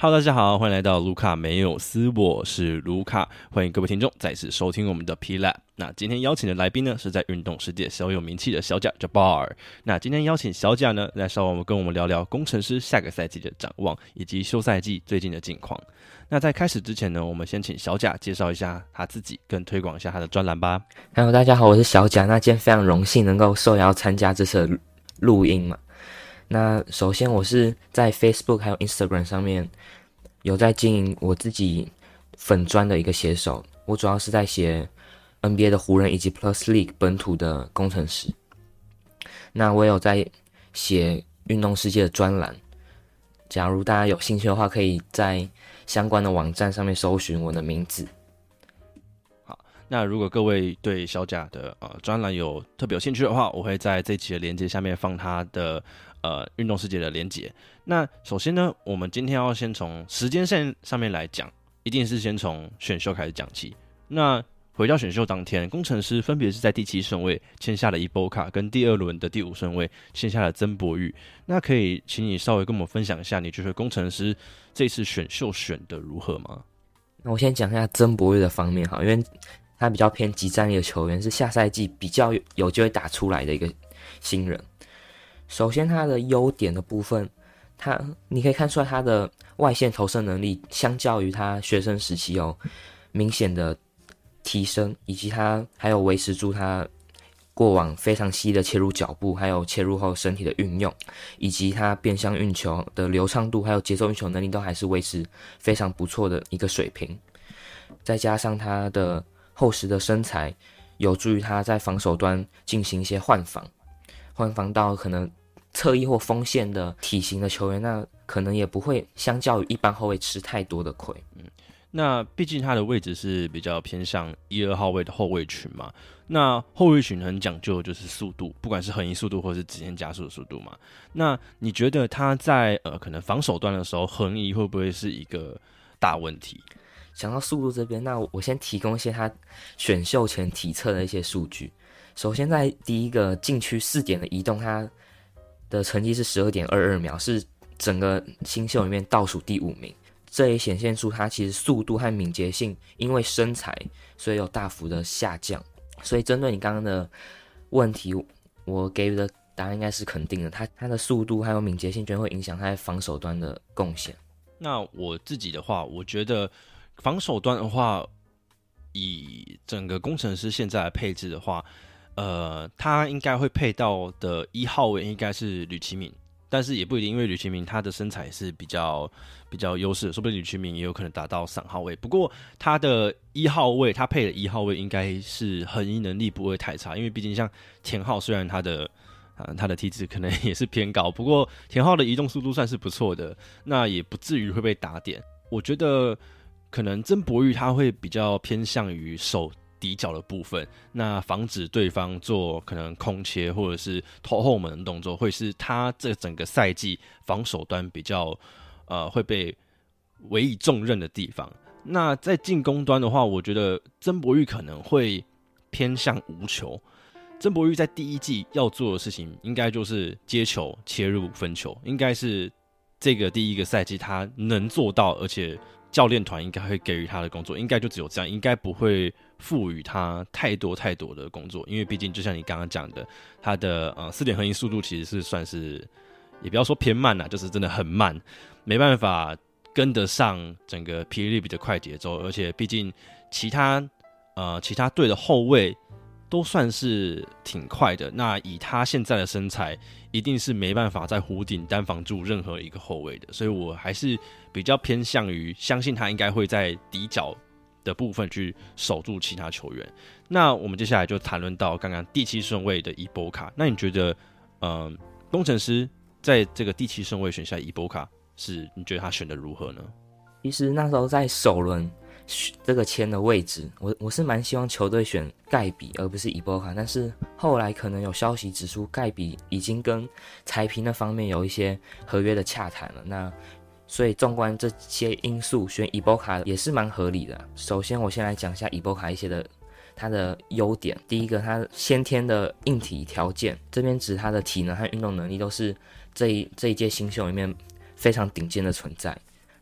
Hello， 大家好，欢迎来到卢卡没有斯，我是卢卡，欢迎各位听众再次收听我们的 P Lab。那今天邀请的来宾呢，是在运动世界小有名气的小贾 Jabbar。那今天邀请小贾呢，来稍微跟我们聊聊工程师下个赛季的展望，以及休赛季最近的近况。那在开始之前呢，我们先请小贾介绍一下他自己，跟推广一下他的专栏吧。 Hello， 大家好，我是小贾。那今天非常荣幸能够受邀参加这次的录音嘛。那首先我是在 Facebook 还有 Instagram 上面有在经营我自己粉专的一个写手，我主要是在写 NBA 的湖人以及 Plus League 本土的工程师。那我也有在写运动世界的专栏，假如大家有兴趣的话，可以在相关的网站上面搜寻我的名字。 那如果各位对小贾的专栏有特别有兴趣的话，我会在这期的连结下面放他的运动世界的连结。那首先呢，我们今天要先从时间线上面来讲，一定是先从选秀开始讲起。那回到选秀当天，工程师分别是在第7顺位签下了Ibaka，跟第2轮的第5顺位签下了曾博玉。那可以请你稍微跟我们分享一下，你觉得工程师这次选秀选的如何吗？ 那我先讲一下曾博玉的方面哈，因为他比较偏即战力的球员，是下赛季比较有机会打出来的一个新人。首先他的优点的部分，你可以看出来他的外线投射能力相较于他学生时期有明显的提升，以及他还有维持住他过往非常细的切入脚步，还有切入后身体的运用，以及他变相运球的流畅度还有节奏运球能力都还是维持非常不错的一个水平。再加上他的厚实的身材有助于他在防守端进行一些换防到可能侧翼或锋线的体型的球员，那可能也不会相较于一般后卫吃太多的亏。 那毕竟他的位置是比较偏向1、2号位的后卫群嘛，那后卫群很讲究的就是速度，不管是横移速度或是直线加速的速度嘛。那你觉得他在可能防守端的时候横移会不会是一个大问题？ 讲到速度这边，那我先提供一些他选秀前体测的一些数据。首先在第一个禁区4点的移动，他的成绩是 12.22 秒，是整个新秀里面倒数第5名。这也显现出他其实速度和敏捷性因为身材所以有大幅的下降。所以针对你刚刚的问题，我给予的答案应该是肯定的，他的速度还有敏捷性绝对会影响他在防守端的贡献。 那我自己的话，我觉得防守端的话，以整个工程师现在的配置的话，他应该会配到的1号位应该是吕其敏，但是也不一定，因为吕其敏他的身材是比较优势的，说不定吕其敏也有可能打到3号位。不过他的1号位，他配的1号位应该是横移能力不会太差，因为毕竟像田浩，虽然他的体质可能也是偏高，不过田浩的移动速度算是不错的，那也不至于会被打点。我觉得可能曾博玉他会比较偏向于守底角的部分，那防止对方做可能空切或者是投后门的动作，会是他这整个赛季防守端比较会被委以重任的地方。那在进攻端的话，我觉得曾博玉可能会偏向无球。曾博玉在第一季要做的事情，应该就是接球、切入、分球，应该是这个第一个赛季他能做到，而且教练团应该会给予他的工作，应该就只有这样，应该不会赋予他太多的工作，因为毕竟就像你刚刚讲的，他的4点横移速度其实是算是，也不要说偏慢啦，就是真的很慢，没办法跟得上整个霹雳比的快节奏，而且毕竟其他队的后卫都算是挺快的，那以他现在的身材，一定是没办法在弧顶单防住任何一个后卫的，所以我还是比较偏向于相信他应该会在底角的部分去守住其他球员。那我们接下来就谈论到刚刚第7顺位的Ibaka，那你觉得工程师在这个第7顺位选下Ibaka，是你觉得他选的如何呢？ 其实那时候在首轮这个签的位置，我是蛮希望球队选盖比而不是Ibaka，但是后来可能有消息指出盖比已经跟裁评那方面有一些合约的洽谈了，那所以纵观这些因素，选Ibaka也是蛮合理的。首先我先来讲一下Ibaka一些的他的优点。第一个，他先天的硬体条件，这边指他的体能和运动能力都是这一届新秀里面非常顶尖的存在。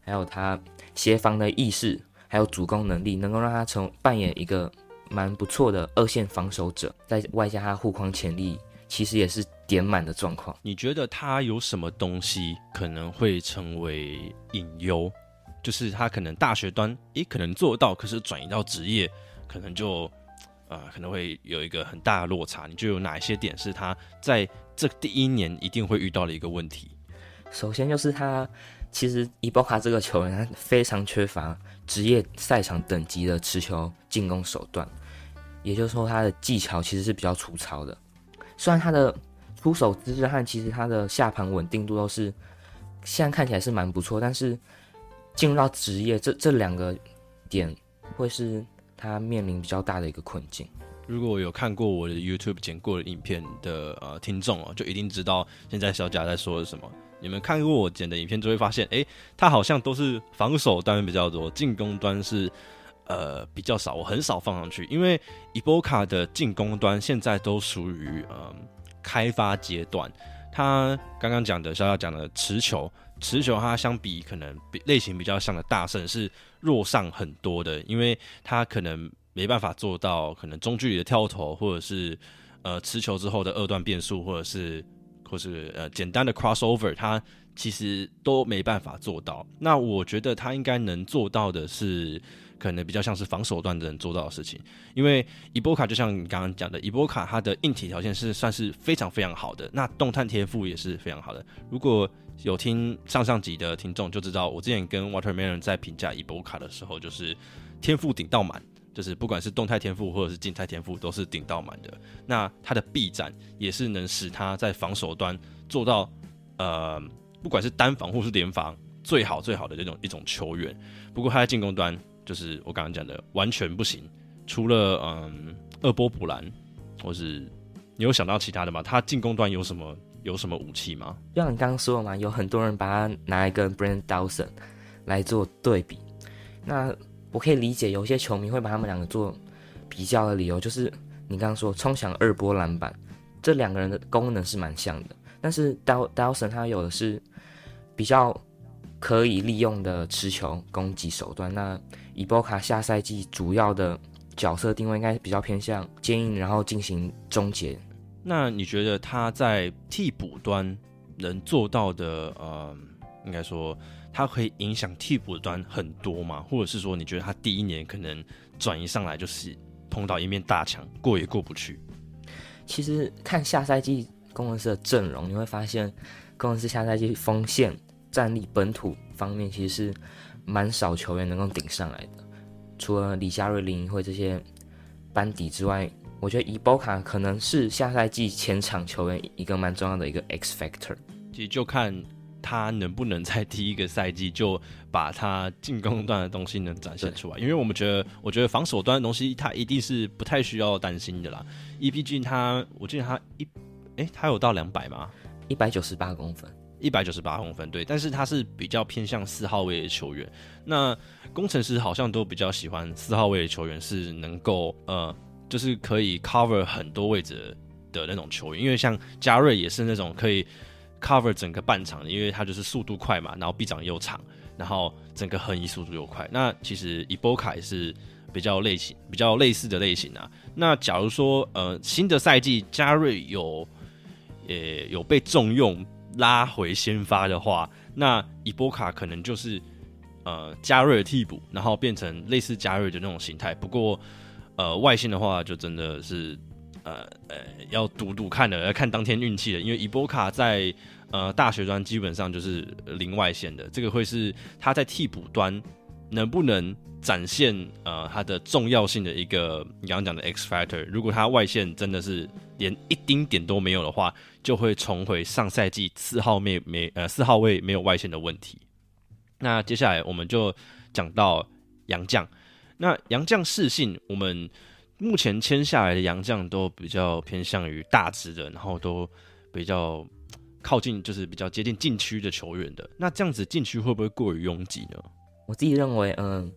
还有他协防的意识，还有主攻能力，能够让他扮演一个蛮不错的二线防守者，再外加他护框潜力，其实也是点满的状况。 你觉得他有什么东西可能会成为隐忧？就是他可能大学端可能做得到，可是转移到职业可能就可能会有一个很大的落差。你觉得有哪一些点是他在这第一年一定会遇到的一个问题？ 首先就是他其实伊波卡这个球员他非常缺乏职业赛场等级的持球进攻手段，也就是说他的技巧其实是比较粗糙的。虽然他的出手姿势和其实他的下盘稳定度都是现在看起来是蛮不错，但是进入到职业这两个点会是他面临比较大的一个困境。 如果有看过我的 YouTube 剪过的影片的听众就一定知道现在小贾在说的什么。你们看过我剪的影片就会发现，他好像都是防守端比较多，进攻端是比较少，我很少放上去，因为伊波卡的进攻端现在都属于开发阶段。他刚刚讲的小小讲的持球，它相比可能类型比较像的大圣是弱上很多的，因为他可能没办法做到可能中距离的跳投，或者是持球之后的二段变速，或是简单的 crossover， 他其实都没办法做到。那我觉得他应该能做到的是，可能比较像是防守端的人做到的事情。因为伊波卡就像你刚刚讲的，伊波卡他的硬体条件是算是非常非常好的，那动态天赋也是非常好的。如果有听上集的听众就知道，我之前跟 Watermelon 在评价伊波卡的时候，就是天赋顶到满。就是不管是动态天赋或者是静态天赋都是顶到满的，那他的臂展也是能使他在防守端做到不管是单防或是联防最好的一种球员。不过他在进攻端就是我刚刚讲的完全不行，除了二波普兰，或是你有想到其他的吗？他进攻端有什么武器吗？ 就像你刚刚说的嘛，有很多人把他拿来跟 Brandon Dawson 来做对比，那我可以理解有些球迷会把他们两个做比较的理由，就是你刚刚说冲抢二波篮板，这两个人的功能是蛮像的，但是 Dawson 他有的是比较可以利用的持球攻击手段。那伊波卡下赛季主要的角色定位应该比较偏向接应，然后进行终结。 那你觉得他在替补端能做到的，应该说他可以影响替补端很多吗？或者是说，你觉得他第一年可能转移上来就是碰到一面大墙，过也过不去？ 其实看下赛季工程师的阵容，你会发现工程师下赛季锋线战力本土方面其实是蛮少球员能够顶上来的。除了李佳瑞、林怡慧这些班底之外，我觉得伊波卡可能是下赛季前场球员一个蛮重要的一个 X factor。 其实就看他能不能在第一个赛季就把他进攻端的东西能展现出来，因为我觉得防守端的东西他一定是不太需要担心的啦。EPG 我记得他有到200吗 ？198公分 ，198公分，对。但是他是比较偏向4号位的球员。那工程师好像都比较喜欢4号位的球员是能够就是可以 cover 很多位置的那种球员，因为像加瑞也是那种可以 cover 整个半场的，因为他就是速度快嘛，然后臂展又长，然后整个横移速度又快。那其实伊波卡也是比较类似的类型啊。那假如说新的赛季加瑞有被重用拉回先发的话，那伊波卡可能就是加瑞的替补，然后变成类似加瑞的那种形态。不过外线的话就真的是要赌看了，要看当天运气了，因为伊波卡在大学端基本上就是零外线的，这个会是他在替补端能不能展现他的重要性的一个你刚刚讲的 X factor。如果他外线真的是连一丁点都没有的话，就会重回上赛季4号位没有外线的问题。那接下来我们就讲到洋将。那洋将适性，我们目前签下来的洋将都比较偏向于大只的，然后都比较靠近，就是比较接近禁区的球员的。那这样子禁区会不会过于拥挤呢？ 我自己认为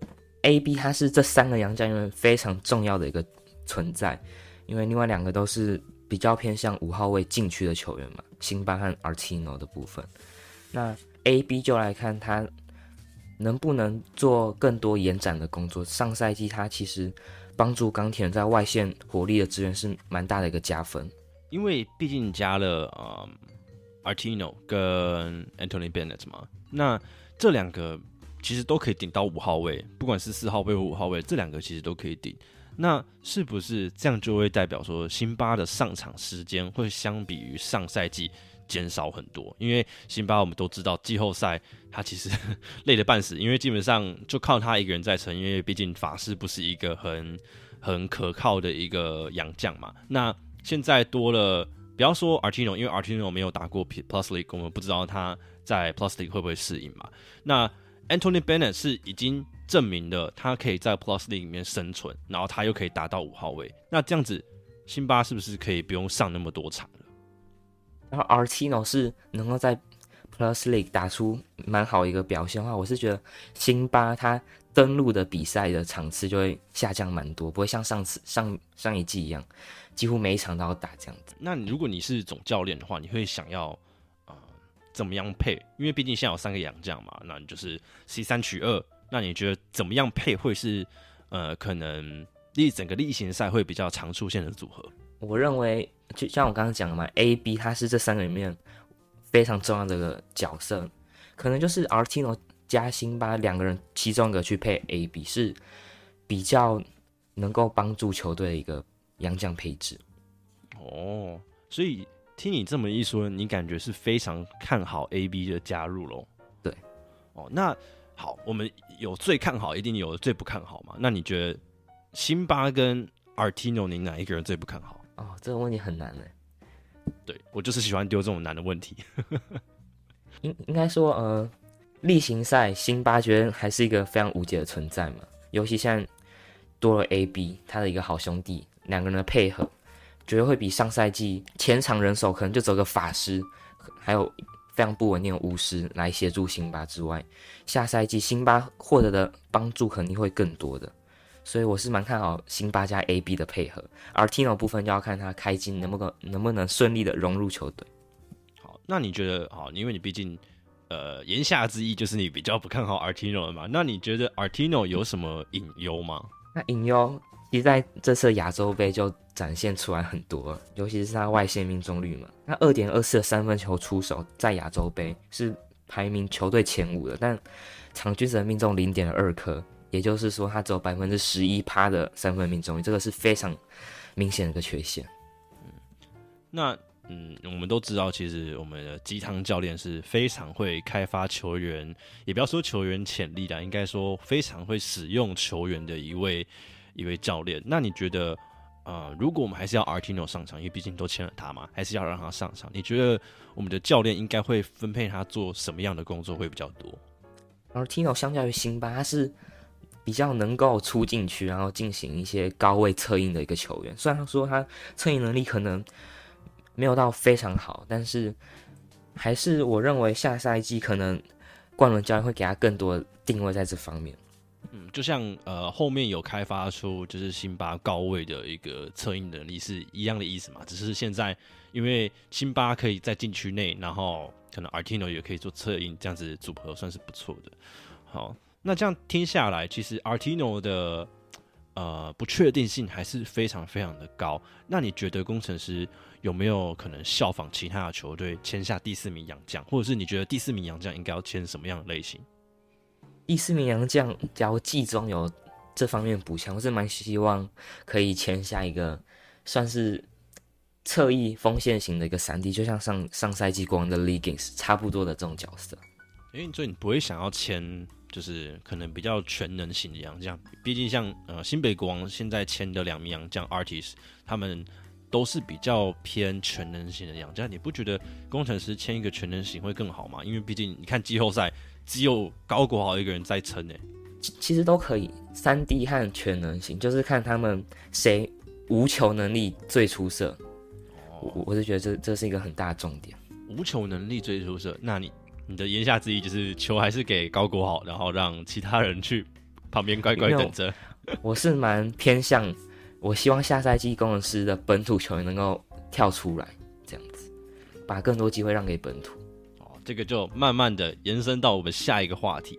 ，AB 他是这3个洋将里面非常重要的一个存在，因为另外2个都是比较偏向5号位禁区的球员嘛，辛巴和 Artino 的部分。那 AB 就来看他能不能做更多延展的工作？上赛季他其实帮助钢铁人在外线火力的支援是蛮大的一个加分， 因为毕竟加了Artino 跟 Anthony Bennett 嘛，那这两个其实都可以顶到5号位，不管是4号位或5号位，这两个其实都可以顶。那是不是这样就会代表说，辛巴的上场时间会相比于上赛季减少很多？因为辛巴我们都知道，季后赛他其实累得半死，因为基本上就靠他一个人在撑，因为毕竟法师不是一个很可靠的一个洋将嘛。那现在多了，不要说 Artino， 因为 Artino 没有打过 Plus League， 我们不知道他在 Plus League 会不会适应嘛。那 Anthony Bennett 是已经证明了他可以在 Plus League 里面生存，然后他又可以打到5号位，那这样子辛巴是不是可以不用上那么多场了？ 然后 Artino 是能够在 Plus League 打出蛮好一个表现的话，我是觉得辛巴他登陆的比赛的场次就会下降蛮多，不会像上一季一样，几乎每一场都要打这样子。 那如果你是总教练的话，你会想要怎么样配？因为毕竟现在有3个洋将嘛，那你就是 C3 取2，那你觉得怎么样配会是可能整个例行赛会比较常出现的组合？ 我认为就像我刚刚讲的嘛 ，A、B 他是这3个里面非常重要的一个角色，可能就是 Artino 加辛巴2个人其中一个去配 A、B 是比较能够帮助球队的一个洋将配置。 哦，所以听你这么一说，你感觉是非常看好 A/B 的加入咯？ 对， 哦，那好，我们有最看好，一定有最不看好嘛？那你觉得辛巴跟 Artino 你哪一个人最不看好？ 哦，这个问题很难诶。 对，我就是喜欢丢这种难的问题。 应该说，例行赛辛巴觉得还是一个非常无解的存在嘛，尤其现在多了 A/B 他的一个好兄弟，2个人的配合。觉得会比上赛季前场人手可能就走个法师，还有非常不稳定的巫师来协助辛巴之外，下赛季辛巴获得的帮助肯定会更多的，所以我是蛮看好辛巴加 A/B 的配合，而 Tino 部分就要看他开金能不能顺利的融入球队。 好，那你觉得好，因为你毕竟言下之意就是你比较不看好 Artino 了嘛？那你觉得 Artino 有什么隐忧吗？ 那隐忧其实在这次亚洲杯就展现出来很多，尤其是他外线命中率嘛，他2.24的3分球出手在亚洲杯是排名球队前5的，但场均的命中0.2颗，也就是说他只有11%的3分命中率，这个是非常明显的一个缺陷。 那我们都知道，其实我们的鸡汤教练是非常会开发球员，也不要说球员潜力啦，应该说非常会使用球员的一位教练。那你觉得，如果我们还是要 Artino 上场，因为毕竟都签了他嘛，还是要让他上场？你觉得我们的教练应该会分配他做什么样的工作会比较多？ Artino 相较于辛巴，他是比较能够出禁区，然后进行一些高位策应的一个球员。虽然说他策应能力可能没有到非常好，但是还是我认为下赛季可能冠伦教练会给他更多的定位在这方面。 就像后面有开发出就是辛巴高位的一个策应能力是一样的意思嘛，只是现在因为辛巴可以在禁区内，然后可能 Artino 也可以做策应，这样子组合算是不错的。好，那这样听下来，其实 Artino 的不确定性还是非常非常的高。那你觉得工程师有没有可能效仿其他的球队签下第4名洋将，或者是你觉得第4名洋将应该要签什么样的类型？ 第4名洋将，假如季中有这方面补强，我是蛮希望可以签下一个算是侧翼锋线型的一个3D，就像上赛季国王的 Liggins 差不多的这种角色。 所以你不会想要签就是可能比较全能型的洋将，毕竟像新北国王现在签的2名洋将 Artis， 他们都是比较偏全能型的洋将。你不觉得工程师签一个全能型会更好吗？因为毕竟你看季后赛只有高国豪一个人在撑欸。 其实都可以，3D 和全能型就是看他们谁无球能力最出色。我是觉得这是一个很大的重点。 无球能力最出色，那你的言下之意就是球还是给高国豪，然后让其他人去旁边乖乖等着。 我是蛮偏向，我希望下赛季工程师的本土球员能够跳出来，这样子把更多机会让给本土。 这个就慢慢的延伸到我们下一个话题。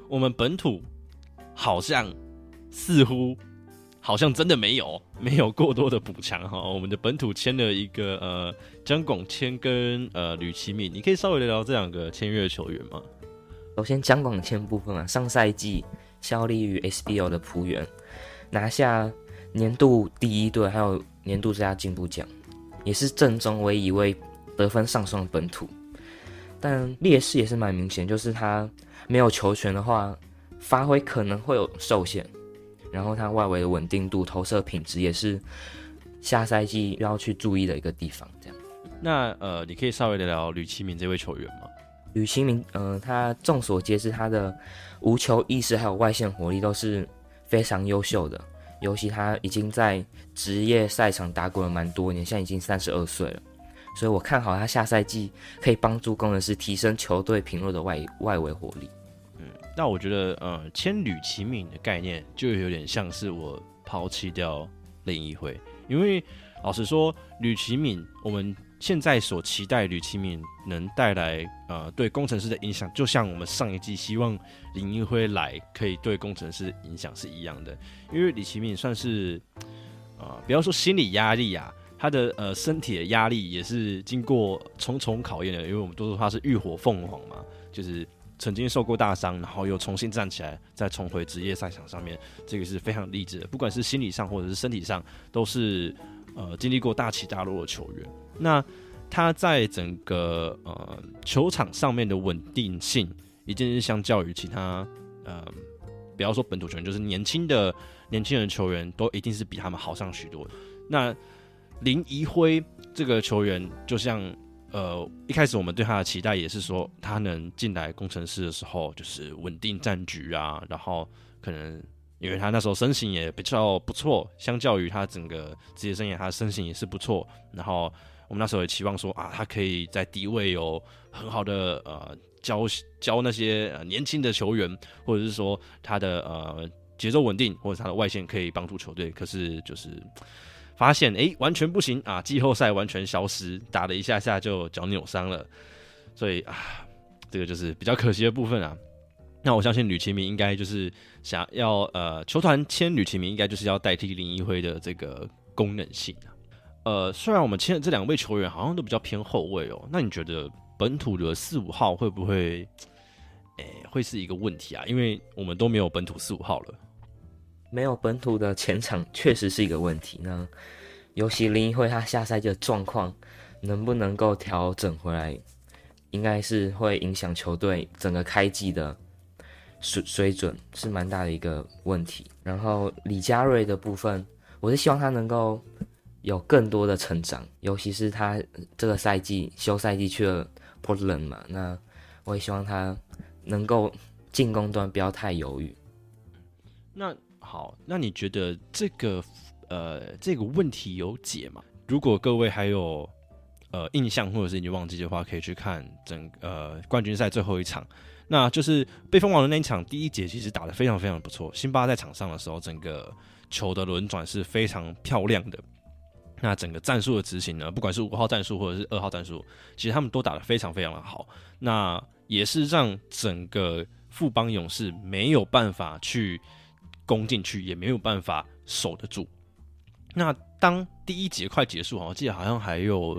我们本土好像似乎好像真的没有过多的补强哈。我们的本土签了一个江广谦跟吕其敏，你可以稍微聊聊这两个签约的球员吗？ 首先江广谦部分啊，上赛季效力于 SBL 的璞园，拿下年度第1队还有年度最佳进步奖，也是正中唯一位得分上双的本土。但劣势也是蛮明显，就是他没有球权的话，发挥可能会有受限。然后他外围的稳定度、投射品质也是下赛季要去注意的一个地方。这样， 那你可以稍微聊聊吕其敏这位球员吗？ 吕其敏，他众所皆知，他的无球意识还有外线火力都是非常优秀的。尤其他已经在职业赛场打滚了蛮多年，现在已经32岁了，所以我看好他下赛季可以帮助工程师提升球队平弱的外围火力。 那我觉得，签吕其敏的概念就有点像是我抛弃掉林一辉，因为老实说，吕其敏我们现在所期待吕其敏能带来对工程师的影响，就像我们上一季希望林一辉来可以对工程师影响是一样的。因为吕其敏算是不要说心理压力啊，他的身体的压力也是经过重重考验的，因为我们都说他是浴火凤凰嘛，就是曾经受过大伤，然后又重新站起来，再重回职业赛场上面，这个是非常励志的。不管是心理上或者是身体上，都是经历过大起大落的球员。那他在整个球场上面的稳定性，一定是相较于其他不要说本土球员，就是年轻的球员，都一定是比他们好上许多。那林宜辉这个球员，就像一开始我们对他的期待也是说，他能进来工程师的时候，就是稳定战局啊，然后可能因为他那时候身形也比较不错，相较于他整个职业生涯，他的身形也是不错。然后我们那时候也期望说啊，他可以在低位有很好的教那些年轻的球员，或者是说他的节奏稳定，或者他的外线可以帮助球队。可是就是发现完全不行啊！季后赛完全消失，打了一下下就脚扭伤了，所以这个就是比较可惜的部分啊。那我相信吕其明应该就是想要球团签吕其明，应该就是要代替林一辉的这个功能性啊。虽然我们签的这2位球员好像都比较偏后卫哦，那你觉得本土的4、5号会不会会是一个问题啊？因为我们都没有本土4、5号了。 没有本土的前场确实是一个问题。那尤其林一辉他下赛季的状况能不能够调整回来，应该是会影响球队整个开季的水准，是蛮大的一个问题。然后李佳瑞的部分，我是希望他能够有更多的成长，尤其是他这个赛季休赛季去了 Portland 嘛，那我也希望他能够进攻端不要太犹豫。 那好，那你觉得这个问题有解吗？如果各位还有印象或者是你忘记的话，可以去看冠军赛最后一场，那就是被封王的那一场。第一节其实打得非常非常不错，辛巴在场上的时候，整个球的轮转是非常漂亮的。那整个战术的执行呢，不管是5号战术或者是2号战术，其实他们都打得非常非常的好。那也是让整个富邦勇士没有办法去攻进去，也没有办法守得住。那当第一节快结束，我记得好像还有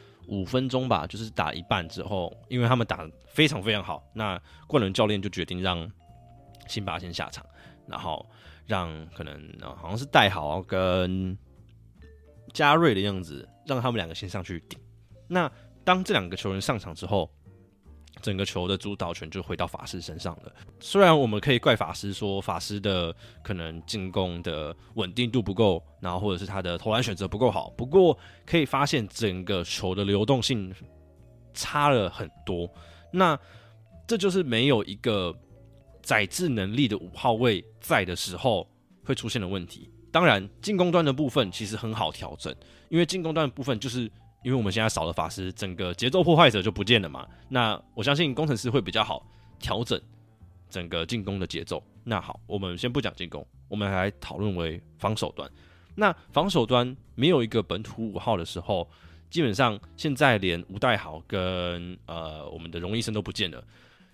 5分钟吧，就是打一半之后，因为他们打得非常非常好，那冠伦教练就决定让辛巴先下场，然后让可能好像是戴豪跟嘉瑞的样子，让他们2个先上去顶。那当这2个球员上场之后，整个球的主导权就回到法师身上了。虽然我们可以怪法师说法师的可能进攻的稳定度不够，然后或者是他的投篮选择不够好，不过可以发现整个球的流动性差了很多。那这就是没有一个载制能力的5号位在的时候会出现的问题。当然进攻端的部分其实很好调整，因为进攻端的部分就是因为我们现在少了法师，整个节奏破坏者就不见了嘛。那我相信工程师会比较好调整整个进攻的节奏。那好，我们先不讲进攻，我们来讨论为防守端。那防守端没有一个本土5号的时候，基本上现在连吴代豪跟我们的荣医生都不见了，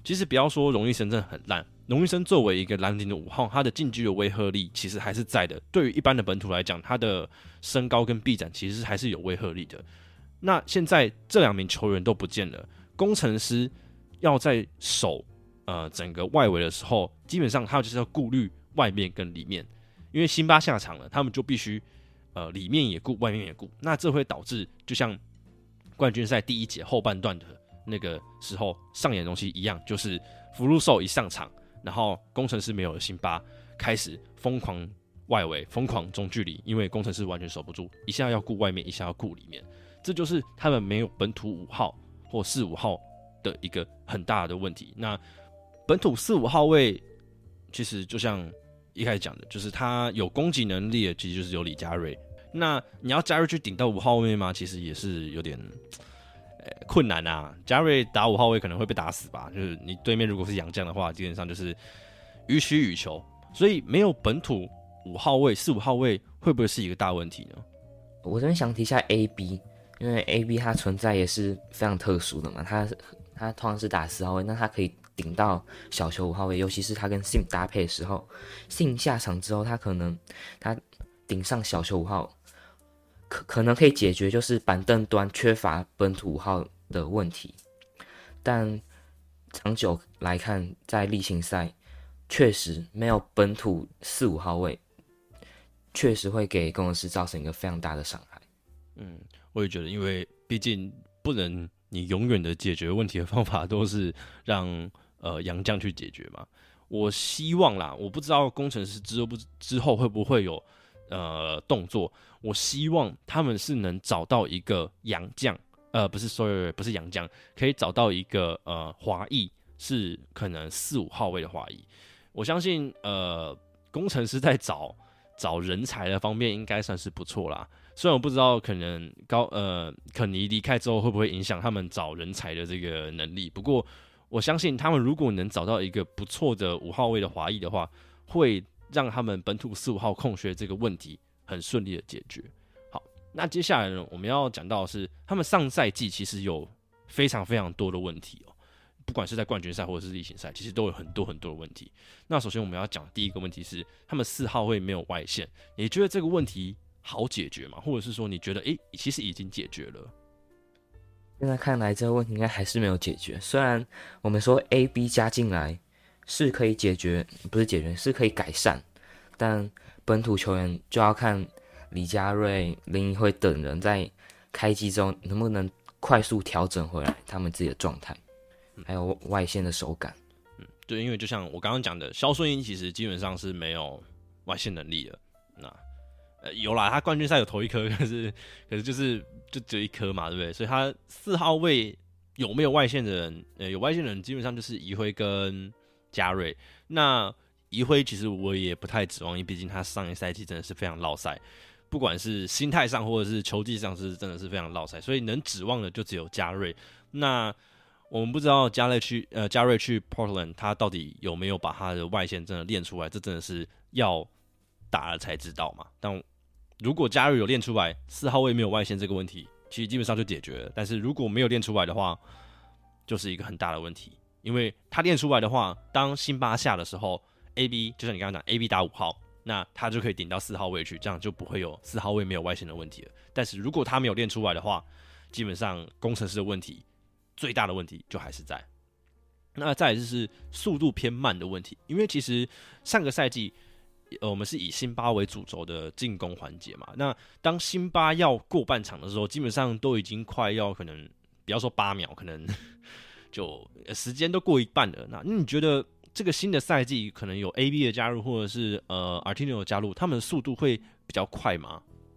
其实不要说荣誉生真的很烂，荣誉生作为一个蓝领的5号，他的竞技的威慑力其实还是在的。对于一般的本土来讲，他的身高跟臂展其实还是有威慑力的。那现在这2名球员都不见了，工程师要在守整个外围的时候，基本上他就是要顾虑外面跟里面，因为辛巴下场了，他们就必须里面也顾，外面也顾。那这会导致就像冠军赛第1节后半段的那个时候上演的东西一样，就是福禄寿一上场，然后工程师没有了辛巴，开始疯狂外围，疯狂中距离，因为工程师完全守不住，一下要顾外面，一下要顾里面，这就是他们没有本土5号或4、5号的一个很大的问题。那本土4、5号位其实就像一开始讲的，就是他有攻击能力的，其实就是有李佳瑞。那你要佳瑞去顶到5号位吗？其实也是有点困难啊。佳瑞打5号位可能会被打死吧，就是你对面如果是洋将的话，基本上就是予取予求。所以没有本土5号位、4、5号位会不会是一个大问题呢？ 我这边想提一下 AB， 因为 AB 它存在也是非常特殊的嘛，它通常是打4号位，那它可以顶到小球5号位，尤其是他跟 Sim 搭配的时候 ，Sim 下场之后，他顶上小球5号，可能可以解决就是板凳端缺乏本土5号的问题，但长久来看，在例行赛确实没有本土4、5号位，确实会给工程师造成一个非常大的伤害。 我也觉得，因为毕竟不能你永远的解决问题的方法都是让洋将去解决嘛。我希望啦，我不知道工程师之后会不会有动作。我希望他们是能找到一个洋将，不是洋将，可以找到一个华裔，是可能4、5号位的华裔。我相信工程师在找人才的方面应该算是不错啦。虽然我不知道可能肯尼离开之后会不会影响他们找人才的这个能力，不过我相信他们如果能找到一个不错的5号位的华裔的话，会让他们本土4、5号空缺这个问题很顺利的解决。好，那接下来呢，我们要讲到的是他们上赛季其实有非常非常多的问题哦，不管是在冠军赛或者是例行赛，其实都有很多很多的问题。那首先我们要讲第一个问题是他们4号位没有外线，你觉得这个问题好解决吗？或者是说你觉得其实已经解决了？ 现在看来这个问题应该还是没有解决。虽然我们说 AB 加进来是可以解决，不是解决，是可以改善，但本土球员就要看李佳瑞、林怡辉等人在开机中能不能快速调整回来他们自己的状态，还有外线的手感。 对，因为就像我刚刚讲的，肖顺英其实基本上是没有外线能力的。那有啦，他冠军赛有投1颗，可是就只有1颗嘛，对不对？所以他4号位有没有外线的人？有外线的人基本上就是怡辉跟嘉瑞。那怡辉其实我也不太指望，因为毕竟他上一赛季真的是非常落赛，不管是心态上或者是球技上是真的是非常落赛，所以能指望的就只有嘉瑞。那我们不知道嘉瑞去 Portland， 他到底有没有把他的外线真的练出来？这真的是要打了才知道嘛。但如果嘉瑞有练出来，4号位没有外线这个问题，其实基本上就解决了。但是如果没有练出来的话，就是一个很大的问题。因为他练出来的话，当辛巴下的时候 ，AB 就像你刚刚讲 ，AB 打5号，那他就可以顶到4号位去，这样就不会有4号位没有外线的问题了。但是如果他没有练出来的话，基本上工程师的问题最大的问题就还是在。那再来就是速度偏慢的问题，因为其实上个赛季我们是以辛巴为主轴的进攻环节嘛。那当辛巴要过半场的时候，基本上都已经快要可能不要说8秒，可能就时间都过一半了。那你觉得这个新的赛季可能有 AB 的加入，或者是Artino 的加入，他们的速度会比较快吗？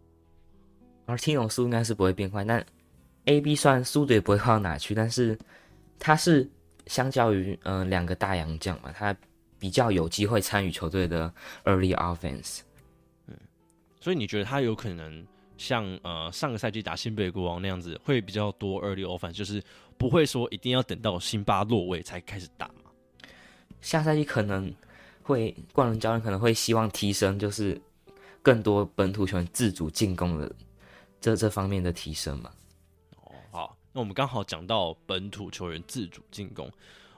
Artino 速度应该是不会变快，但 AB 虽然速度也不会快到哪去，但是他是相较于2个大洋将嘛，他比较有机会参与球队的 early offense。 所以你觉得他有可能像上个赛季打新北国王那样子，会比较多 early offense， 就是不会说一定要等到辛巴落位才开始打嘛？ 下赛季可能会冠伦教练可能会希望提升，就是更多本土球员自主进攻的这方面的提升嘛。 好，那我们刚好讲到本土球员自主进攻，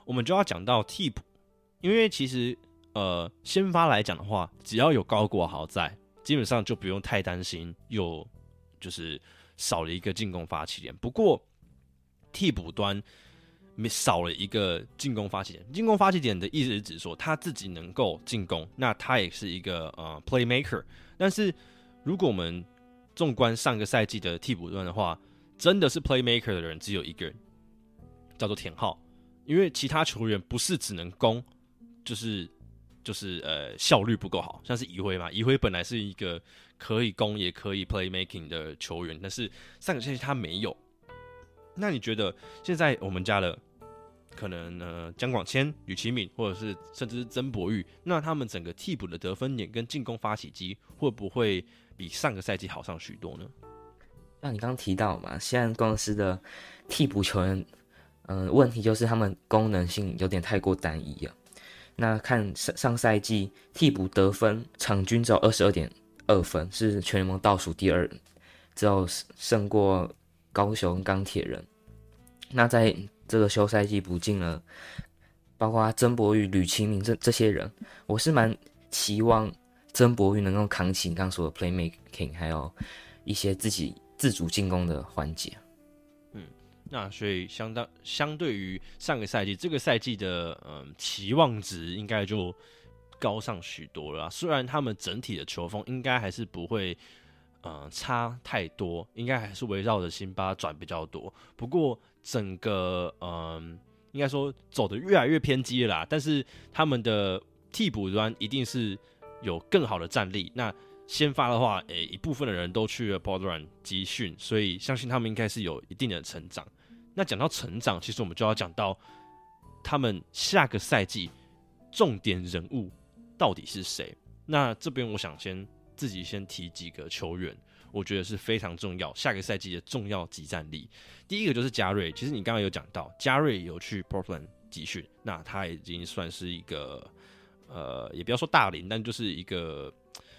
我们就要讲到替补，因为其实先发来讲的话，只要有高国豪在，基本上就不用太担心又就是少了一个进攻发起点。不过替补端少了一个进攻发起点，进攻发起点的意思是指说他自己能够进攻，那他也是一个playmaker。但是如果我们纵观上个赛季的替补端的话，真的是 playmaker 的人只有一个人，叫做田浩。因为其他球员不是只能攻，就是效率不够好，像是宜辉嘛，宜辉本来是一个可以攻也可以 playmaking 的球员，但是上个赛季他没有。那你觉得现在我们家的可能江广谦、吕其敏，或者是甚至是曾博玉，那他们整个替补的得分点跟进攻发起机会不会比上个赛季好上许多呢？ 像你刚刚提到嘛，现在公司的替补球员，问题就是他们功能性有点太过单一了。那看上赛季替补得分场均只有22.2分，是全联盟倒数第2，只有胜过高雄钢铁人。那在这个休赛季补进了包括曾博玉、吕其明这些人，我是蛮期望曾博玉能够扛起你刚刚说的 playmaking， 还有一些自己自主进攻的环节。 那所以相对于上个赛季，这个赛季的期望值应该就高上许多了啦。虽然他们整体的球风应该还是不会差太多，应该还是围绕着辛巴转比较多。不过整个应该说走得越来越偏激了啦。但是他们的替补端一定是有更好的战力。那先发的话，一部分的人都去了 Portland 集训，所以相信他们应该是有一定的成长。那讲到成长，其实我们就要讲到他们下个赛季重点人物到底是谁。那这边我想自己先提几个球员，我觉得是非常重要，下个赛季的重要即战力。第一个就是加瑞，其实你刚刚有讲到，加瑞有去 Portland 集训，那他已经算是一个也不要说大龄，但就是一个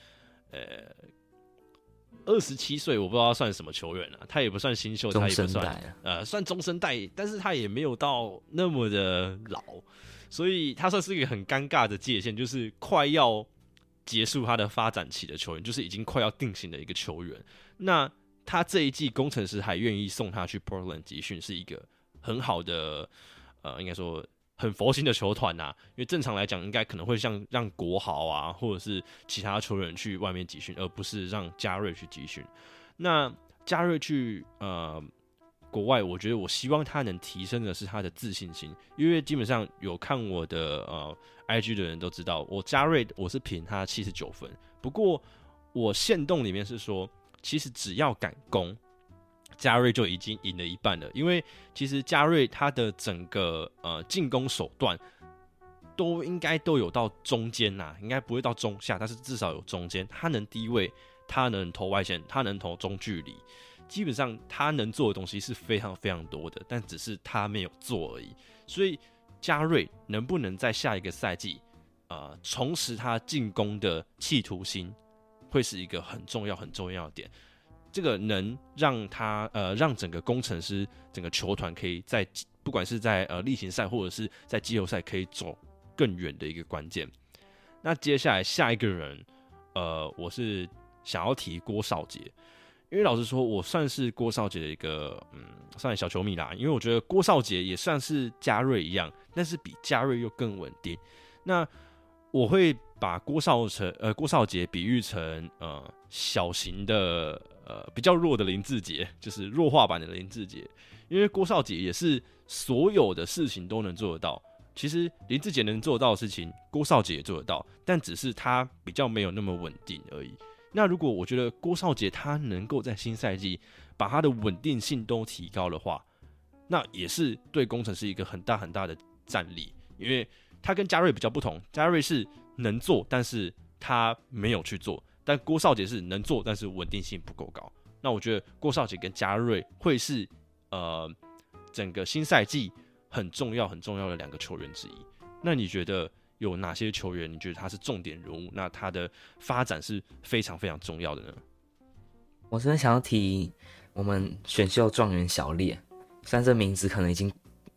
27岁，我不知道算什么球员啊，他也不算新秀，他也不算算中生代，但是他也没有到那么的老，所以他算是一个很尴尬的界限，就是快要结束他的发展期的球员，就是已经快要定型的一个球员。那他这一季工程师还愿意送他去 Portland 集训，是一个很好的应该说很佛心的球团呐，因为正常来讲，应该可能会像让国豪啊，或者是其他球员去外面集训，而不是让加瑞去集训。那加瑞去国外，我觉得我希望他能提升的是他的自信心，因为基本上有看我的IG 的人都知道，我加瑞我是评他79分，不过我限动里面是说，其实只要敢攻，加瑞就已经赢了一半了，因为其实加瑞他的整个进攻手段都应该都有到中间呐，应该不会到中下，但是至少有中间。他能低位，他能投外线，他能投中距离，基本上他能做的东西是非常非常多的，但只是他没有做而已。所以加瑞能不能在下一个赛季重拾他进攻的企图心，会是一个很重要很重要的点。这个能让他让整个工程师整个球团可以在不管是在例行赛或者是在季后赛可以走更远的一个关键。那接下来下一个人我是想要提郭少杰，因为老实说我算是郭少杰的一个算小球迷啦，因为我觉得郭少杰也算是加瑞一样，但是比加瑞又更稳定。那我会把郭少杰比喻成小型的比较弱的林志杰，就是弱化版的林志杰，因为郭少杰也是所有的事情都能做得到。其实林志杰能做得到的事情，郭少杰也做得到，但只是他比较没有那么稳定而已。那如果我觉得郭少杰他能够在新赛季把他的稳定性都提高的话，那也是对工程师一个很大很大的战力，因为他跟加瑞比较不同，加瑞是能做，但是他没有去做。但郭少杰是能做，但是稳定性不够高。那我觉得郭少杰跟加瑞会是整个新赛季很重要很重要的2个球员之一。那你觉得有哪些球员你觉得他是重点人物？那他的发展是非常非常重要的呢？ 我真的想要提我们选秀状元小烈，虽然这名字可能已经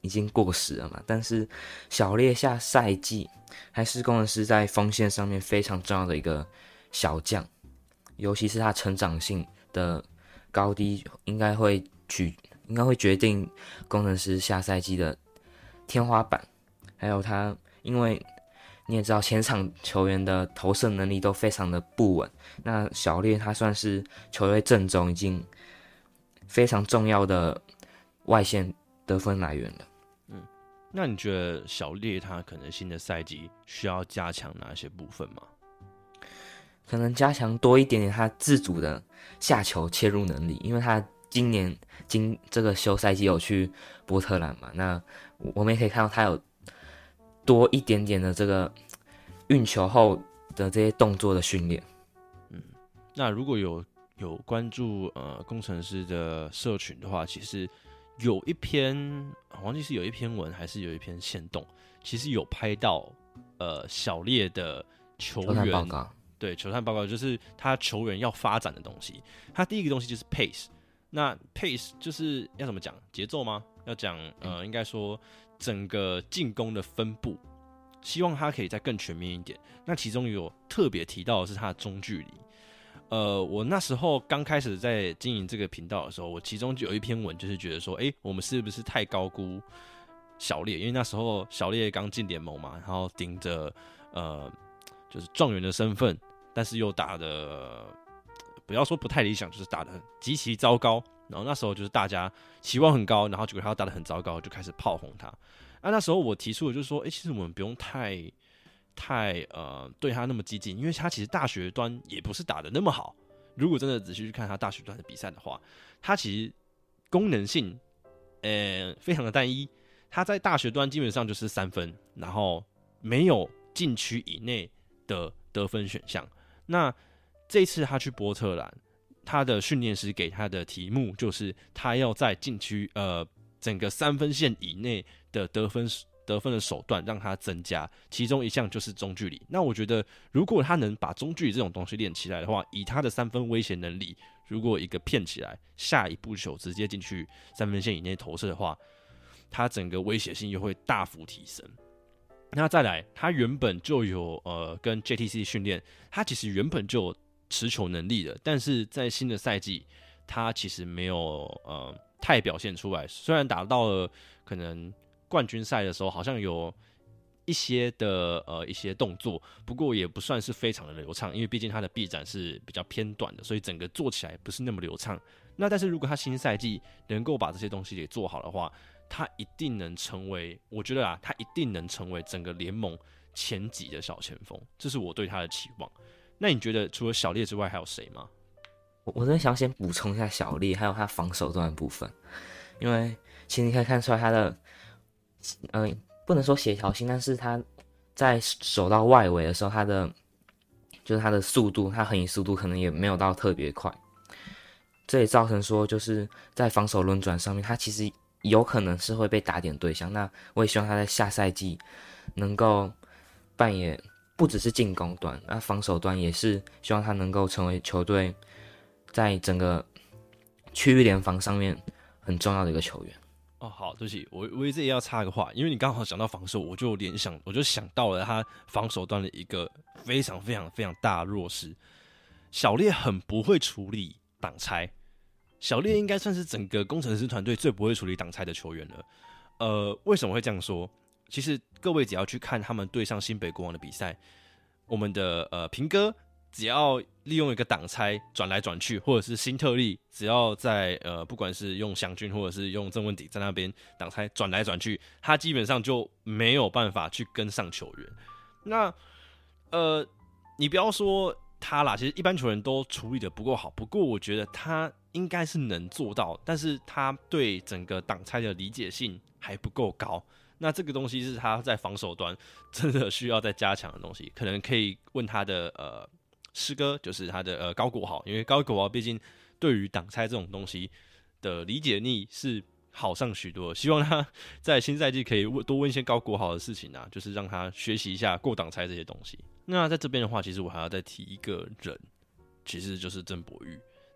已经过时了嘛。但是小烈下赛季还是工程师在锋线上面非常重要的一个小将，尤其是他成长性的高低，应该会决定工程师下赛季的天花板。还有他，因为你也知道前场球员的投射能力都非常的不稳，那小烈他算是球队阵中已经非常重要的外线得分来源了。 那你觉得小烈他可能新的赛季需要加强哪些部分吗？ 可能加强多一点点他自主的下球切入能力，因为他今这个休赛季有去波特兰嘛，那我们也可以看到他有多一点点的这个运球后的这些动作的训练。 那如果有关注工程师的社群的话，其实有一篇忘记是有一篇文还是有一篇限动，其实有拍到小烈的球员报告， 对，球探报告就是他球员要发展的东西。他第一个东西就是 pace， 那 pace 就是要怎么讲节奏吗？要讲应该说整个进攻的分布，希望他可以再更全面一点。那其中有特别提到的是他的中距离。我那时候刚开始在经营这个频道的时候，我其中就有一篇文，就是觉得说，我们是不是太高估小烈？因为那时候小烈刚进联盟嘛，然后顶着就是状元的身份，但是又打的不要说不太理想，就是打的极其糟糕。然后那时候就是大家期望很高，然后结果他打得很糟糕，就开始炮轰他。那时候我提出的就是说，其实我们不用太对他那么激进，因为他其实大学端也不是打得那么好。如果真的仔细去看他大学端的比赛的话，他其实功能性非常的单一。他在大学端基本上就是3分，然后没有禁区以内的得分选项。那这一次他去波特兰，他的训练师给他的题目就是他要在禁区整个3分线以内的得分的手段让他增加，其中一项就是中距离。那我觉得如果他能把中距离这种东西练起来的话，以他的3分威胁能力，如果一个骗起来，下一步球直接进去3分线以内投射的话，他整个威胁性又会大幅提升。那再来，他原本就有跟 JTC 训练，他其实原本就有持球能力的，但是在新的赛季，他其实没有太表现出来。虽然打到了可能冠军赛的时候，好像有一些动作，不过也不算是非常的流畅，因为毕竟他的臂展是比较偏短的，所以整个做起来不是那么流畅。那但是如果他新赛季能够把这些东西给做好的话，他一定能成为，我觉得他一定能成为整个联盟前几的小前锋，这是我对他的期望。那你觉得除了小烈之外还有谁吗？ 我真的想先补充一下小烈，还有他防守端的部分，因为其实你可以看出来他的，不能说协调性，但是他在守到外围的时候，他的速度，他横移速度可能也没有到特别快，这也造成说就是在防守轮转上面，他其实有可能是会被打点对象。那我也希望他在下赛季能够扮演不只是进攻端，那防守端也是希望他能够成为球队在整个区域联防上面很重要的一个球员。 好，对不起，我这也要插个话，因为你刚好讲到防守，我就想到了他防守端的一个非常非常非常大的弱势。小烈很不会处理挡拆，小烈应该算是整个工程师团队最不会处理挡拆的球员了。为什么会这样说？其实各位只要去看他们对上新北国王的比赛，我们的平哥只要利用一个挡拆转来转去，或者是新特利只要在不管是用祥军或者是用郑文鼎在那边挡拆转来转去，他基本上就没有办法去跟上球员。那你不要说他啦，其实一般球员都处理的不够好，不过我觉得他应该是能做到，但是他对整个挡拆的理解性还不够高。那这个东西是他在防守端真的需要再加强的东西，可能可以问他的师哥，就是他的高国豪，因为高国豪毕竟对于挡拆这种东西的理解力是好上许多，希望他在新赛季可以多问一些高国豪的事情啊，就是让他学习一下过挡拆这些东西。那在这边的话，其实我还要再提一个人，其实就是曾博玉。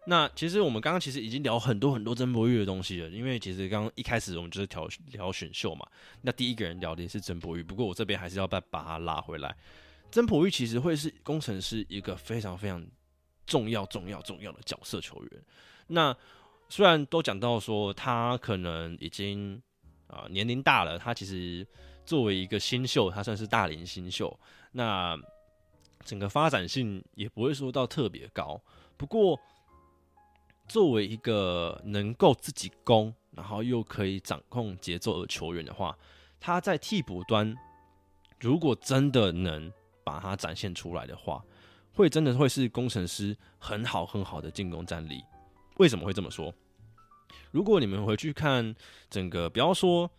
那其实我们刚刚其实已经聊很多很多曾博玉的东西了，因为其实刚刚一开始我们就是聊选秀嘛，那第一个人聊的也是曾博玉，不过我这边还是要把他拉回来。曾博玉其实会是工程师一个非常非常重要的角色球员。那虽然都讲到说他可能已经年龄大了，他其实作为一个新秀，他算是大龄新秀，那整个发展性也不会说到特别高。不过作为一个能够自己攻，然后又可以掌控节奏的球员的话，他在替补端如果真的能把它展现出来的话，真的会是工程师很好的进攻战力。为什么会这么说？如果你们回去看整个，不要说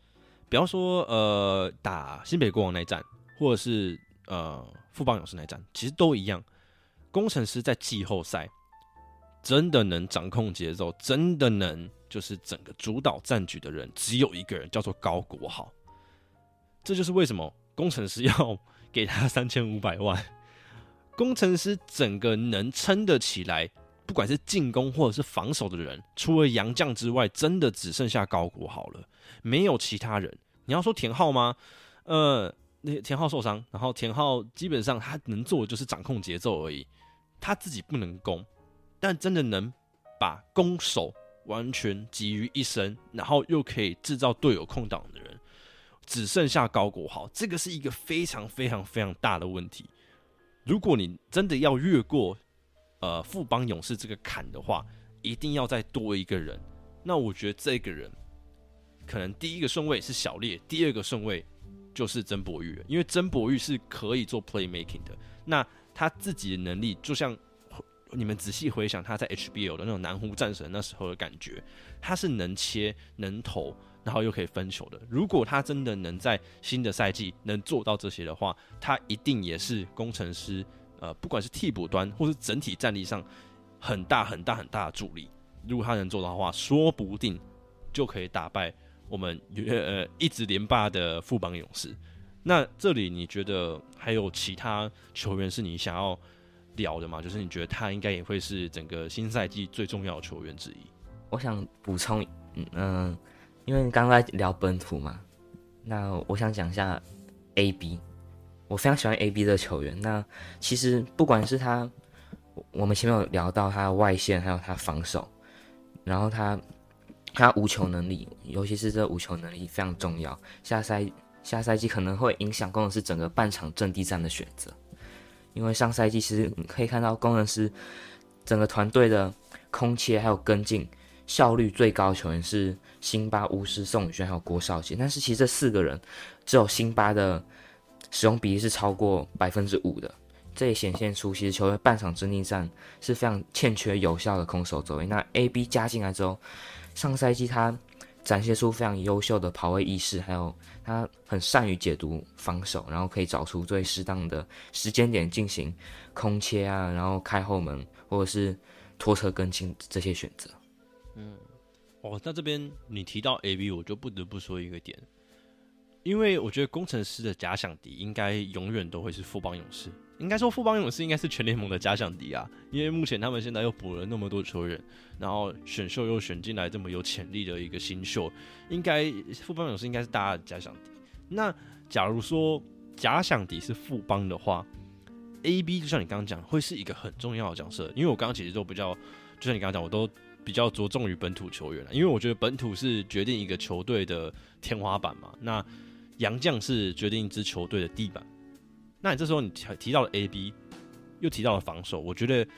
打新北国王那一战，或者是富邦勇士那一战，其实都一样。工程师在季后赛真的能掌控节奏，真的能就是整个主导战局的人，只有一个人，叫做高国豪。这就是为什么工程师要给他3500万。工程师整个能撑得起来，不管是进攻或者是防守的人，除了洋将之外，真的只剩下高国豪了，没有其他人。你要说田浩吗？田浩受伤，然后田浩基本上他能做的就是掌控节奏而已，他自己不能攻，但真的能把攻守完全集于一身，然后又可以制造队友空档的人，只剩下高国豪。这个是一个非常大的问题。如果你真的要越过富邦勇士这个坎的话，一定要再多一个人。那我觉得这个人可能第一个顺位是小烈，第二个顺位就是曾博玉了，因为曾博玉是可以做 playmaking 的。那他自己的能力，就像你们仔细回想他在 HBL 的那种南湖战神那时候的感觉，他是能切能投，然后又可以分球的。如果他真的能在新的赛季能做到这些的话，他一定也是工程师不管是替补端或是整体战力上很大的助力。如果他能做到的话，说不定就可以打败我们一直连霸的富邦勇士。那这里你觉得还有其他球员是你想要聊的吗？就是你觉得他应该也会是整个新赛季最重要的球员之一。 我想补充，因为刚刚在聊本土嘛，那我想讲一下 AB， 我非常喜欢 AB 的球员。那其实不管是他，我们前面有聊到他的外线，还有他防守，然后他无球能力，尤其是这无球能力非常重要。下赛季可能会影响工程师整个半场阵地战的选择，因为上赛季其实你可以看到工程师整个团队的空切还有跟进效率最高的球员是辛巴、巫师、宋宇轩还有郭少杰，但是其实这4个人只有辛巴的使用比例是超过5%的，这也显现出其实球队半场阵地战是非常欠缺有效的空手走位。那 AB 加进来之后，上赛季他展现出非常优秀的跑位意识，还有他很善于解读防守，然后可以找出最适当的时间点进行空切啊，然后开后门或者是拖车跟进这些选择。 那这边你提到 AB， 我就不得不说一个点，因为我觉得工程师的假想敌应该永远都会是富邦勇士。应该说富邦勇士应该是全联盟的假想敌啊，因为目前他们现在又补了那么多球员，然后选秀又选进来这么有潜力的一个新秀，应该富邦勇士应该是大家的假想敌。那假如说假想敌是富邦的话， AB 就像你刚刚讲，会是一个很重要的角色。因为我刚刚其实都比较，就像你刚刚讲，我都比较着重于本土球员了，因为我觉得本土是决定一个球队的天花板嘛，那洋将是决定一支球队的地板。那你这时候你提到了 AB， 又提到了防守，我觉得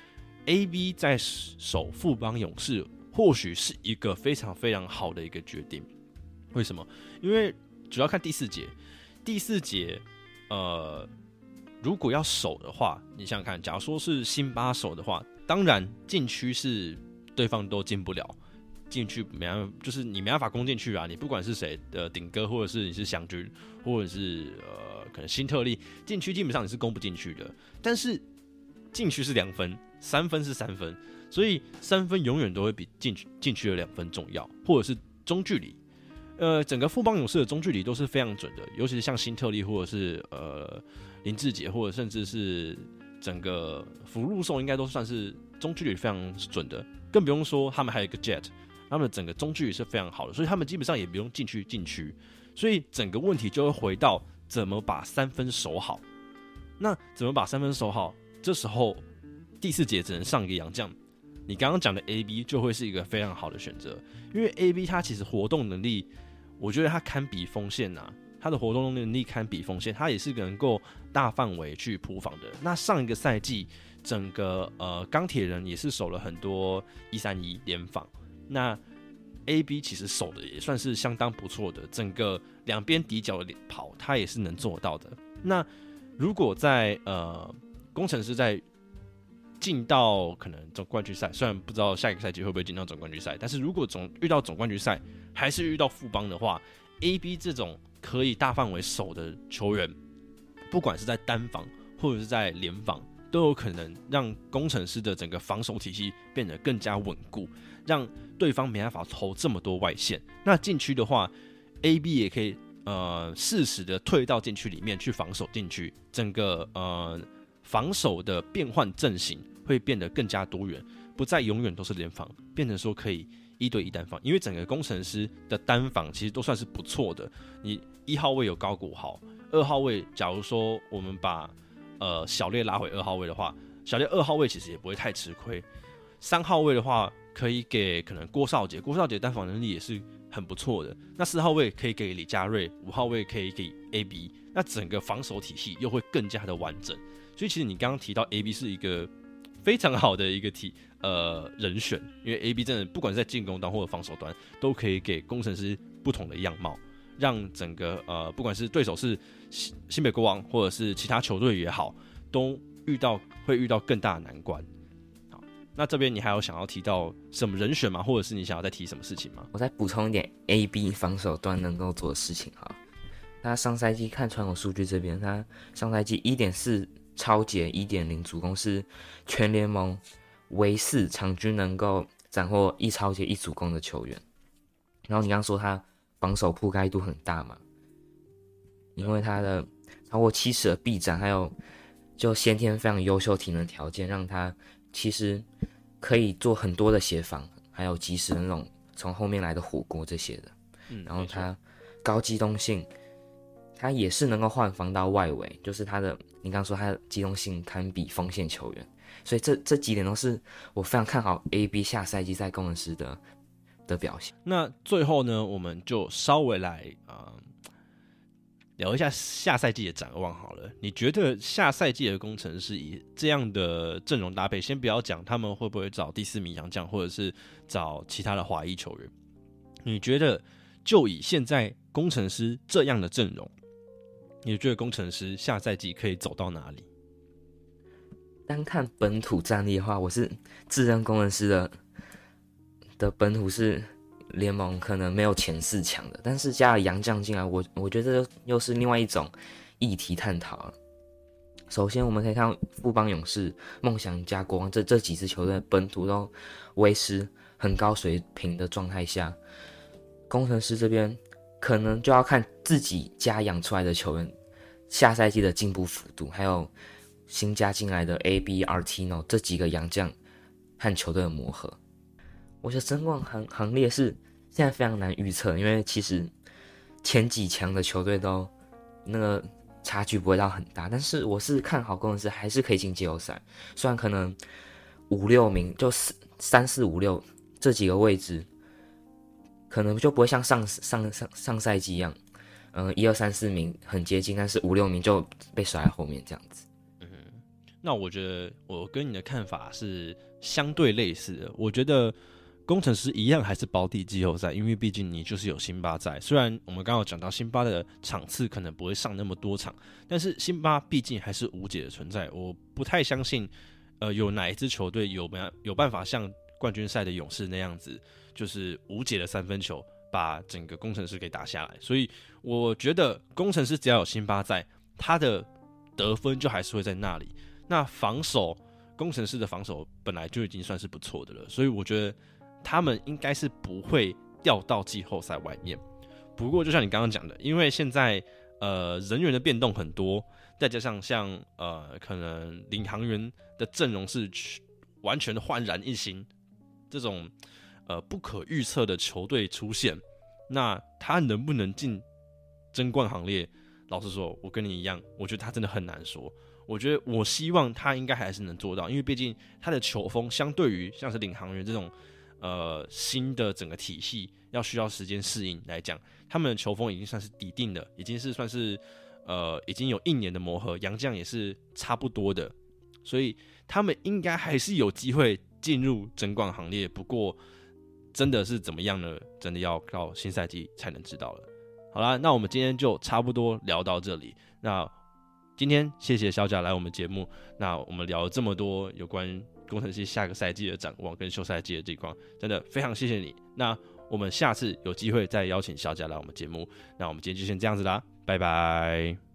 AB 在守富邦勇士或许是一个非常好的一个决定。为什么？因为主要看第四节，如果要守的话，你想想看，假如说是辛巴守的话，当然禁区是对方都进不了，进去就是你没办法攻进去啊！你不管是谁的顶哥，或者是你是祥军，或者是可能新特利，禁区基本上你是攻不进去的。但是禁区是2分，3分是3分，所以3分永远都会比禁区的2分重要，或者是中距离。整个富邦勇士的中距离都是非常准的，尤其是像新特利或者是林志杰，或者甚至是整个福禄寿，应该都算是中距离非常准的。 更不用说他们还有一个 Jet， 他们的整个中距离是非常好的，所以他们基本上也不用禁区，所以整个问题就会回到怎么把三分守好。那怎么把三分守好？这时候第4节只能上一个洋将，你刚刚讲的 AB 就会是一个非常好的选择，因为 AB 他其实活动能力，我觉得他堪比锋线呐，他的活动能力堪比锋线，他也是能够大范围去扑防的。那上一个赛季，整个钢铁人也是守了很多1-3-1联防，那 AB 其实守的也算是相当不错的，整个两边底角的跑，他也是能做到的。那如果在工程师在进到可能总冠军赛，虽然不知道下一个赛季会不会进到总冠军赛，但是如果遇到总冠军赛，还是遇到富邦的话 ，AB 这种可以大范围守的球员，不管是在单防或者是在联防，都有可能让工程师的整个防守体系变得更加稳固，让对方没办法投这么多外线。那禁区的话 ，AB 也可以适时的退到禁区里面去防守禁区，整个防守的变换阵型会变得更加多元，不再永远都是联防，变成说可以1对1单防。因为整个工程师的单防其实都算是不错的，你1号位有高国豪，2号位假如说我们把小烈拉回2号位的话，小烈2号位其实也不会太吃亏。3号位的话可以给可能郭少杰单防能力也是很不错的。那4号位可以给李佳瑞，5号位可以给 AB， 那整个防守体系又会更加的完整。所以其实你刚刚提到 AB 是一个非常好的一个人选，因为 AB 真的不管是在进攻端或者防守端，都可以给工程师不同的样貌，让整个不管是对手是新北国王或者是其他球队也好，都会遇到更大的难关。好，那这边你还有想要提到什么人选吗？或者是你想要再提什么事情吗？ 我再补充一点 AB 防守端能够做的事情哈。他上赛季看传统数据这边，他上赛季 1.4 超节 1.0 主攻是全联盟唯4场均能够斩获1超节1主攻的球员。然后你刚刚说他防守覆盖度很大嘛，因为他的超过70的臂展，还有就先天非常优秀体能条件，让他其实可以做很多的协防，还有及时的那种从后面来的火锅这些的。然后他高机动性，他也是能够换防到外围，就是你刚刚说他的机动性堪比锋线球员，所以这几点都是我非常看好 AB 下赛季在工程师的表现。 那最后呢，我们就稍微来聊一下下赛季的展望好了。你觉得下赛季的工程师以这样的阵容搭配，先不要讲他们会不会找第4名洋将，或者是找其他的华裔球员，你觉得就以现在工程师这样的阵容，你觉得工程师下赛季可以走到哪里？ 单看本土战力的话，我是自认工程师的本土是联盟可能没有前4强的，但是加了洋将进来，我觉得又是另外一种议题探讨了。首先我们可以看富邦勇士、梦想家、国王这几支球队本土都维持很高水平的状态下，工程师这边可能就要看自己家养出来的球员下赛季的进步幅度，还有新加进来的 AB、Artino 这几个洋将和球队的磨合。我觉得争冠行列是现在非常难预测，因为其实前几强的球队都那个差距不会到很大，但是我是看好工程师还是可以进季后赛，虽然可能5-6名就3、4、5、6这几个位置可能就不会像上赛季一样1、2、3、4名很接近，但是5、6名就被甩在后面这样子。 那我觉得我跟你的看法是相对类似的。我觉得工程师一样还是保底季后赛，因为毕竟你就是有辛巴在。虽然我们刚刚有讲到辛巴的场次可能不会上那么多场，但是辛巴毕竟还是无解的存在。我不太相信，有哪一支球队有办法像冠军赛的勇士那样子，就是无解的3分球把整个工程师给打下来。所以我觉得工程师只要有辛巴在，他的得分就还是会在那里。那防守，工程师的防守本来就已经算是不错的了，所以我觉得他们应该是不会掉到季后赛外面。不过就像你刚刚讲的，因为现在人员的变动很多，再加上像可能领航员的阵容是完全的焕然一新， 这种不可预测的球队出现，那他能不能进争冠行列？老实说，我跟你一样，我觉得他真的很难说。我希望他应该还是能做到，因为毕竟他的球风相对于像是领航员这种新的整个体系要需要时间适应来讲，他们的球风已经算是底定的，已经是算是已经有1年的磨合，洋将也是差不多的，所以他们应该还是有机会进入争冠行列。不过真的是怎么样呢？真的要到新赛季才能知道了。好啦，那我们今天就差不多聊到这里。那今天谢谢小贾来我们节目，那我们聊了这么多有关工程师下个赛季的展望跟休赛季的情况，真的非常谢谢你。那我们下次有机会再邀请小贾来我们节目。那我们今天就先这样子啦，拜拜。